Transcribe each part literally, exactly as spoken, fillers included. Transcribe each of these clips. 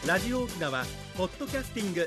ラジオ沖縄ポッドキャスティング。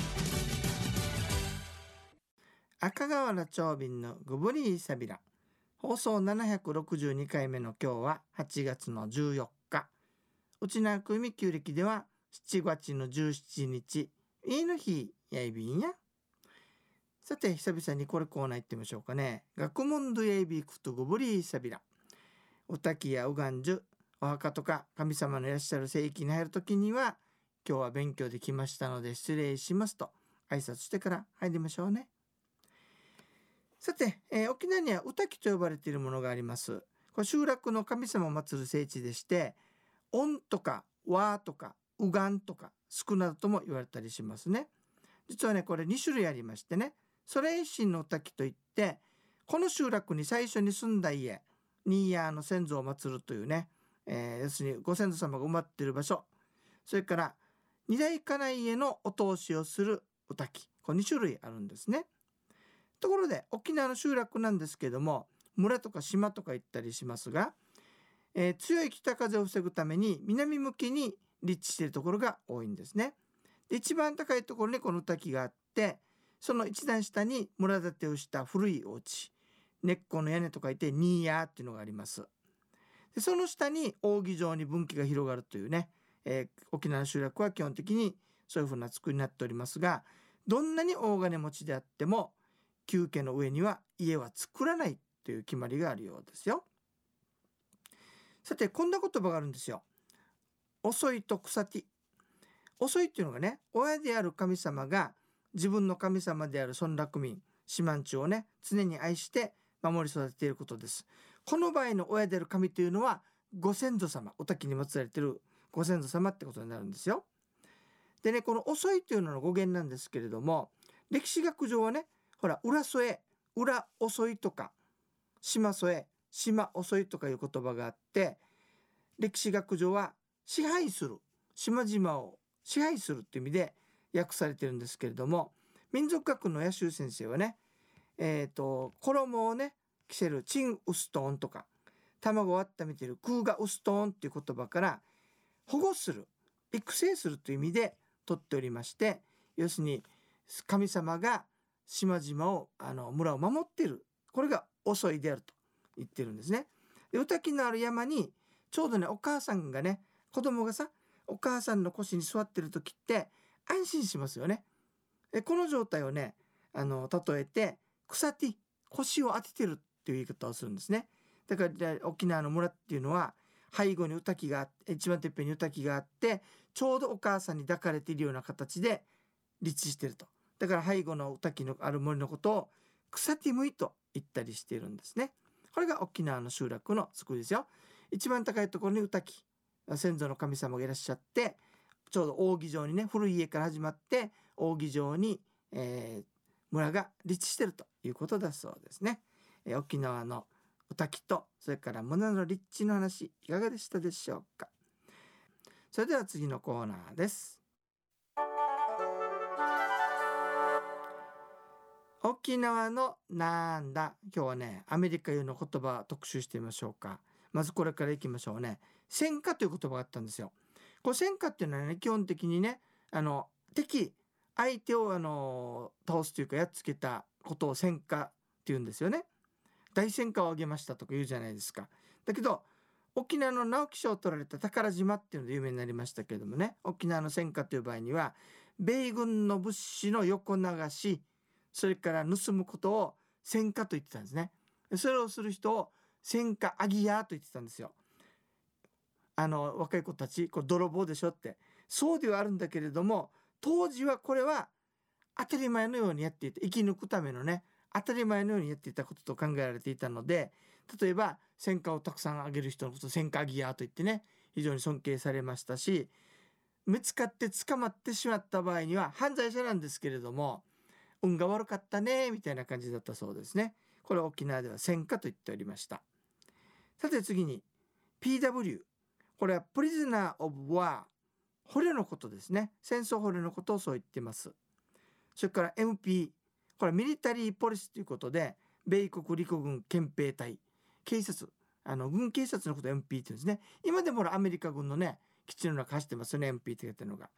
赤瓦長瓶のグブリーサビラ、放送ななひゃくろくじゅうにかいめの今日ははちがつのじゅうよっか、うちなくみ旧暦ではしちがつのじゅうしちにち、いいの日やいびんや。さて久々にこれコーナー行ってみましょうかね。学問どやいびくとグブリーサビラ、おたきやうがんじゅ、お墓とか神様のいらっしゃる聖域に入るときには、今日は勉強できましたので失礼しますと挨拶してから入りましょうね。さて、えー、沖縄にはうたきと呼ばれているものがあります。これ集落の神様を祀る聖地でして、御とか和とかうがんとか少などとも言われたりしますね。実はね、これにしゅるいありましてね、それ一神のうたきといって、この集落に最初に住んだ家にやの先祖を祀るというね、えー、要するにご先祖様が埋まっている場所、それから二代家内へのお通しをするうたき、これにしゅるいあるんですね。ところで沖縄の集落なんですけども、村とか島とか行ったりしますが、えー、強い北風を防ぐために南向きに立地しているところが多いんですね。で一番高いところにこのうたきがあって、その一段下に村建てをした古いお家、根っこの屋根と書いてニーヤーっていうのがあります。でその下に扇状に分岐が広がるというね、えー、沖縄の集落は基本的にそういうふうな作りになっておりますが、どんなに大金持ちであっても旧家の上には家は作らないという決まりがあるようですよ。さてこんな言葉があるんですよ。遅いと草木。遅いっていうのがね、親である神様が自分の神様である村落民四万十をね常に愛して守り育てていることです。この場合の親である神というのはご先祖様、おたきに祀られているご先祖様ってことになるんですよ。でね、この遅いというのの語源なんですけれども、歴史学上はね、ほら裏添え、裏遅いとか島添え、島遅いとかいう言葉があって、歴史学上は支配する、島々を支配するっていう意味で訳されてるんですけれども、民族学の野州先生はね、えーと衣をね着せるチンウストーンとか卵を温めているクーガウストーンっていう言葉から保護する、育成するという意味で取っておりまして、要するに神様が島々をあの村を守っている、これが遅いであると言ってるんですね。でうたきのある山にちょうどね、お母さんがね、子供がさお母さんの腰に座ってる時って安心しますよね。でこの状態をね、あの例えて草手、腰を当ててるっていう言い方をするんですね。だから沖縄の村っていうのは背後にうたきがあって、一番てっぺんにうたきがあって、ちょうどお母さんに抱かれているような形で立地していると。だから背後のうたきのある森のことを草手むいと言ったりしているんですね。これが沖縄の集落の作りですよ。一番高いところにうたき、先祖の神様がいらっしゃって、ちょうど扇状にね、古い家から始まって扇状に、えー、村が立地しているということだそうですね。えー、沖縄のうたきとそれから村の立地の話、いかがでしたでしょうか。それでは次のコーナーです。沖縄のなんだ。今日はね、アメリカ用の言葉特集してみましょうか。まずこれからいきましょうね。戦火という言葉があったんですよ。これ戦火っていうのはね、基本的にね、あの敵、相手をあの倒すというかやっつけたことを戦火っていうんですよね。大戦果をあげましたとか言うじゃないですか。だけど沖縄の直木賞を取られた宝島っていうので有名になりましたけれどもね、沖縄の戦果という場合には米軍の物資の横流し、それから盗むことを戦果と言ってたんですね。それをする人を戦果アギヤーと言ってたんですよ。あの若い子たち、これ泥棒でしょって、そうではあるんだけれども、当時はこれは当たり前のようにやっていて、生き抜くためのね当たり前のようにやっていたことと考えられていたので、例えば戦果をたくさんあげる人のことを戦果ギアと言ってね、非常に尊敬されましたし、見つかって捕まってしまった場合には犯罪者なんですけれども、運が悪かったねみたいな感じだったそうですね。これは沖縄では戦果と言っておりました。さて次に ピーダブリュー、 これはプリズナーオブワー、捕虜のことですね。戦争捕虜のことをそう言っています。それから エムピー、これはミリタリーポリスということで、米国陸軍憲兵隊、警察、あの軍警察のことを エムピー って言うんですね。今でもアメリカ軍のね基地の中走ってますよね、 エムピー って言ってるのが。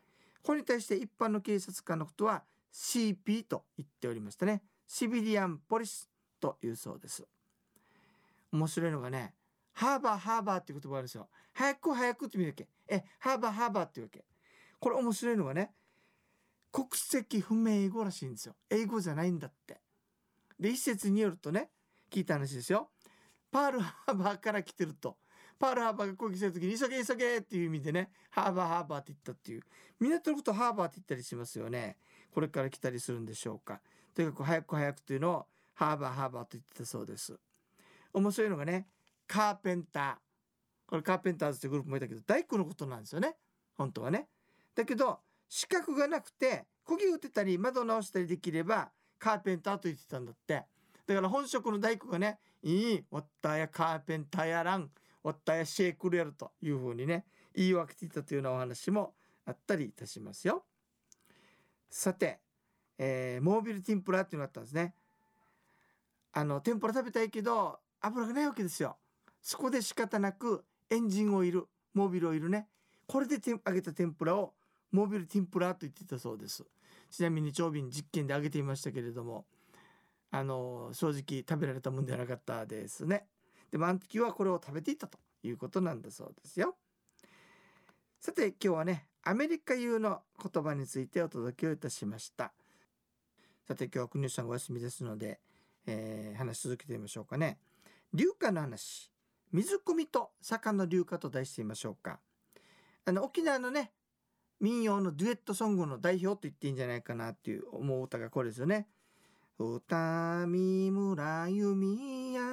これに対して一般の警察官のことは シーピー と言っておりましたね。シビリアンポリスというそうです。面白いのがね、ハーバーハーバーっていう言葉があるんですよ。早く早くって見るわけ。え、ハーバーハーバーっていうわけ。これ面白いのがね、国籍不明語らしいんですよ。英語じゃないんだって。で、一説によるとね、聞いた話ですよ。パールハーバーから来てると。パールハーバーが攻撃するときに急げ急げっていう意味でね、ハーバーハーバーって言ったっていう。港のことハーバーって言ったりしますよね。これから来たりするんでしょうか。とにかく早く早くというのをハーバーハーバーと言ってたそうです。面白いのがね、カーペンター。これカーペンターズってグループもいたけど、大工のことなんですよね。本当はね。だけど、資格がなくて、釘打てたり窓直したりできれば、カーペンターと言ってたんだって。だから本職の大工がね、いい、おったやカーペンターやらん、おったやシェイクルやるというふうにね、言い分けていたというようなお話もあったりいたしますよ。さて、えー、モービル天ぷらっていうのがあったんですね。あの天ぷら食べたいけど油がないわけですよ。そこで仕方なくエンジンオイル、モービルオイルね、これで揚げた天ぷらをモービル天ぷらと言ってたそうです。ちなみに長瓶実験で揚げてみましたけれども、あの正直食べられたもんではなかったですね。でもあの時はこれを食べていたということなんだそうですよ。さて今日はね、アメリカ流の言葉についてお届けをいたしました。さて今日は国吉さんお休みですので、えー、話し続けてみましょうかね。流歌の話、水汲みと坂の流歌と題してみましょうか。あの沖縄のね、民謡のデュエットソングの代表と言っていいんじゃないかなっていう思う歌がこれですよね。歌見村弓や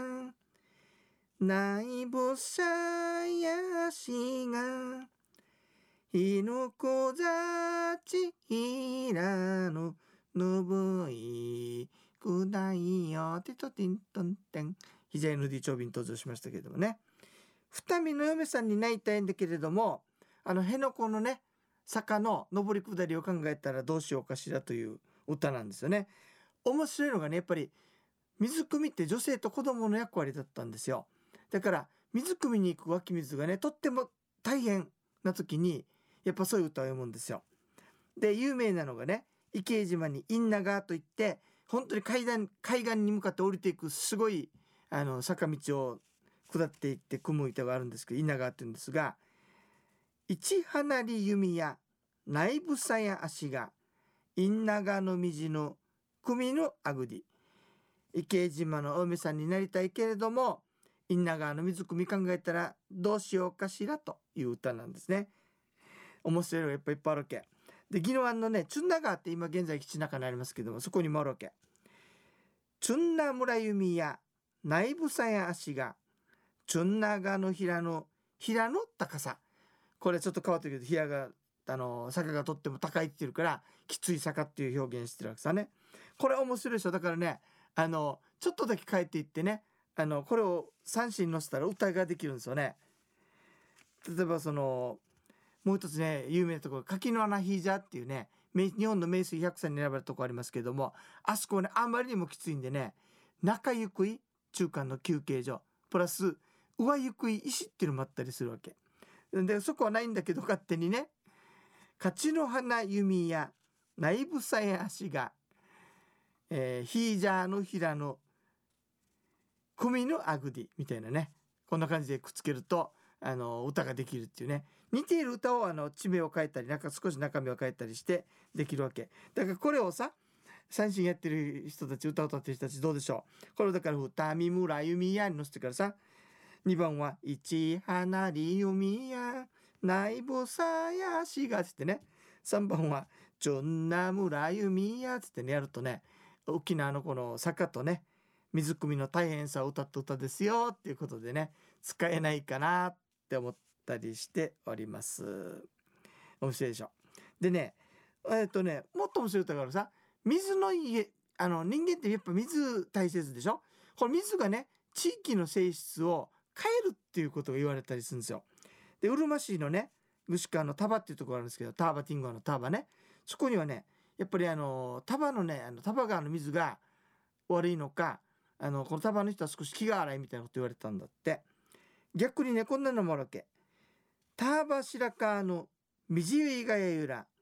ないぶさやしがひぬこざちひらぬぬぶいくだいよてとてんとんてん、ひじゃいぬディ長瓶登場しましたけれどもね。二見の嫁さんになりたいんだけれども、あの辺野古のね坂の上り下りを考えたらどうしようかしらという歌なんですよね。面白いのがね、やっぱり水汲みって女性と子供の役割だったんですよ。だから水汲みに行く湧き水がねとっても大変な時にやっぱそういう歌を読むんですよ。で有名なのがね、池江島にインナガーといって本当に海岸海岸に向かって降りていくすごいあの坂道を下っていって組む歌があるんですけど、インナガーって言うんですが、一花り弓や内部さや足がインナガの道の組のあぐり、池江島のお嫁さんになりたいけれどもインナガの水汲み考えたらどうしようかしらという歌なんですね。面白いのがやっぱいっぱいあるわけで、宜野湾のねチュンナ川って今現在基地の中にありますけども、そこにもあるわけ。チュンナ村弓や内部さや足がチュンナガの平の平の高さ、これちょっと変わってるけど平があの坂がとっても高いって言ってるからきつい坂っていう表現してるわけさね。これ面白いでしょ。だからね、あのちょっとだけ変えていってね、あのこれを三振に乗せたら歌ができるんですよね。例えばそのもう一つね有名なところ、柿の穴ヒージャーっていうね、日本の名水百選に選ばれたところありますけれども、あそこねあまりにもきついんでね、中ゆくい中間の休憩所プラス上ゆくい石っていうのもあったりするわけで、そこはないんだけど勝手にね、勝の花弓や内部さや足が、えー、ヒージャーの平の組のあぐりみたいなね、こんな感じでくっつけるとあの歌ができるっていうね、似ている歌をあの地名を変えたりなんか少し中身を変えたりしてできるわけだから、これをさ三振やってる人たち、歌を歌ってる人たちどうでしょう。これをだから歌見村弓やに乗せてからさ、にばんは一花り弓や内部さやしがつってね、さんばんはちょんな村弓やつってねやるとね、沖縄のこの坂とね水汲みの大変さを歌った歌ですよっていうことでね、使えないかなって思ったりしております。面白いでしょ。でね、えっとねもっと面白い歌があるさ、水の家、あの人間ってやっぱ水大切でしょ。これ水がね地域の性質を変えるっていうことが言われたりするんですよ。でうるま市のね串川のタバっていうところがあるんですけど、ターバティンゴのターバね、そこにはねやっぱりあのタバのねあのタバ川の水が悪いのか、あのこのタバの人は少し気が荒いみたいなこと言われたんだって。逆にねこんなのもあるわけ。ターバ白川のみじゆいがやゆら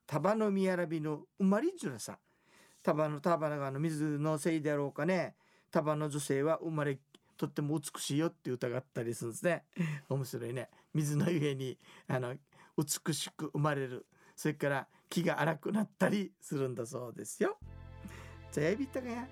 タバのみやらびの生まれじゅらさ、タバのタバがの水のせいであろうかね、タバの女性は生まれとっても美しいよって歌があったりするんですね。面白いね。水の上にあの美しく生まれる、それから木が荒くなったりするんだそうですよ。じゃあやびったかや。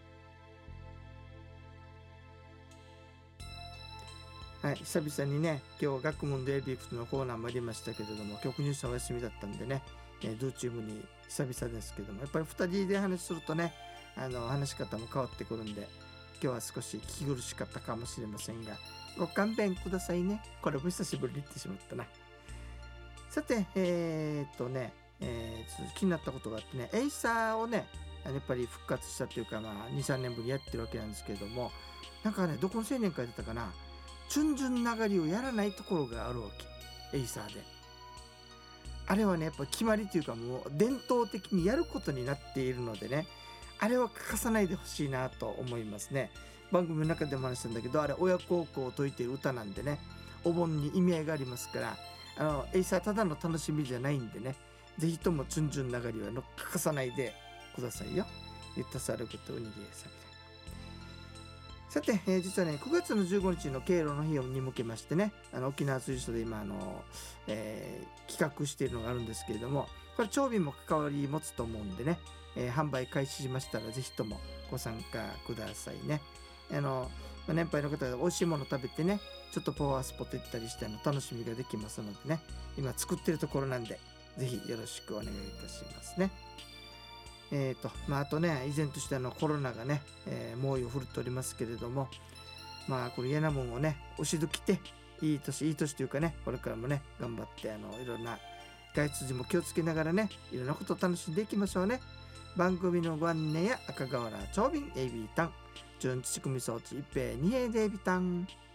はい、久々にね、今日学問でエビクトのコーナーもありましたけれども、局入さんお休みだったんでね、えー、ドゥーチームに久々ですけども、やっぱりふたりで話するとね、あの話し方も変わってくるんで、今日は少し聞き苦しかったかもしれませんが、ご勘弁くださいね。これも久しぶりに言ってしまったな。さて、えー、っとね、えー、気になったことがあってね、エイサーをね、やっぱり復活したというか、まあ、に、さんねんぶりやってるわけなんですけれども、なんかね、どこの青年会だったかな、チュンジュン流りをやらないところがあるわけ、エイサーで。あれはね、やっぱ決まりというか、もう伝統的にやることになっているのでね、あれは欠かさないでほしいなと思いますね。番組の中でも話したんだけど、あれ親孝行を説いている歌なんでね、お盆に意味合いがありますから、あのエイサーただの楽しみじゃないんでね、ぜひともチュンジュン流りはの欠かさないでくださいよ。ゆったさることおにぎりさびら。さて、えー、実はね、くがつのじゅうごにちの敬老の日に向けましてね、あの沖縄ツイストで今あの、えー、企画しているのがあるんですけれども、これ長便も関わり持つと思うんでね、えー、販売開始しましたらぜひともご参加くださいね。あの、まあ、年配の方が美味しいもの食べてね、ちょっとパワースポット行ったりしてあの楽しみができますのでね、今作ってるところなんでぜひよろしくお願いいたしますね。えーとまあ、あとね、依然としてあのコロナがね、えー、猛威を振るっておりますけれども、まあこれ嫌なもんをね押しどきて、いい年いい年というかね、これからもね頑張ってあのいろんな外出時も気をつけながらね、いろんなことを楽しんでいきましょうね。番組のご案内や赤瓦長瓶エイビータン純乳組装置一平二平デイビタン。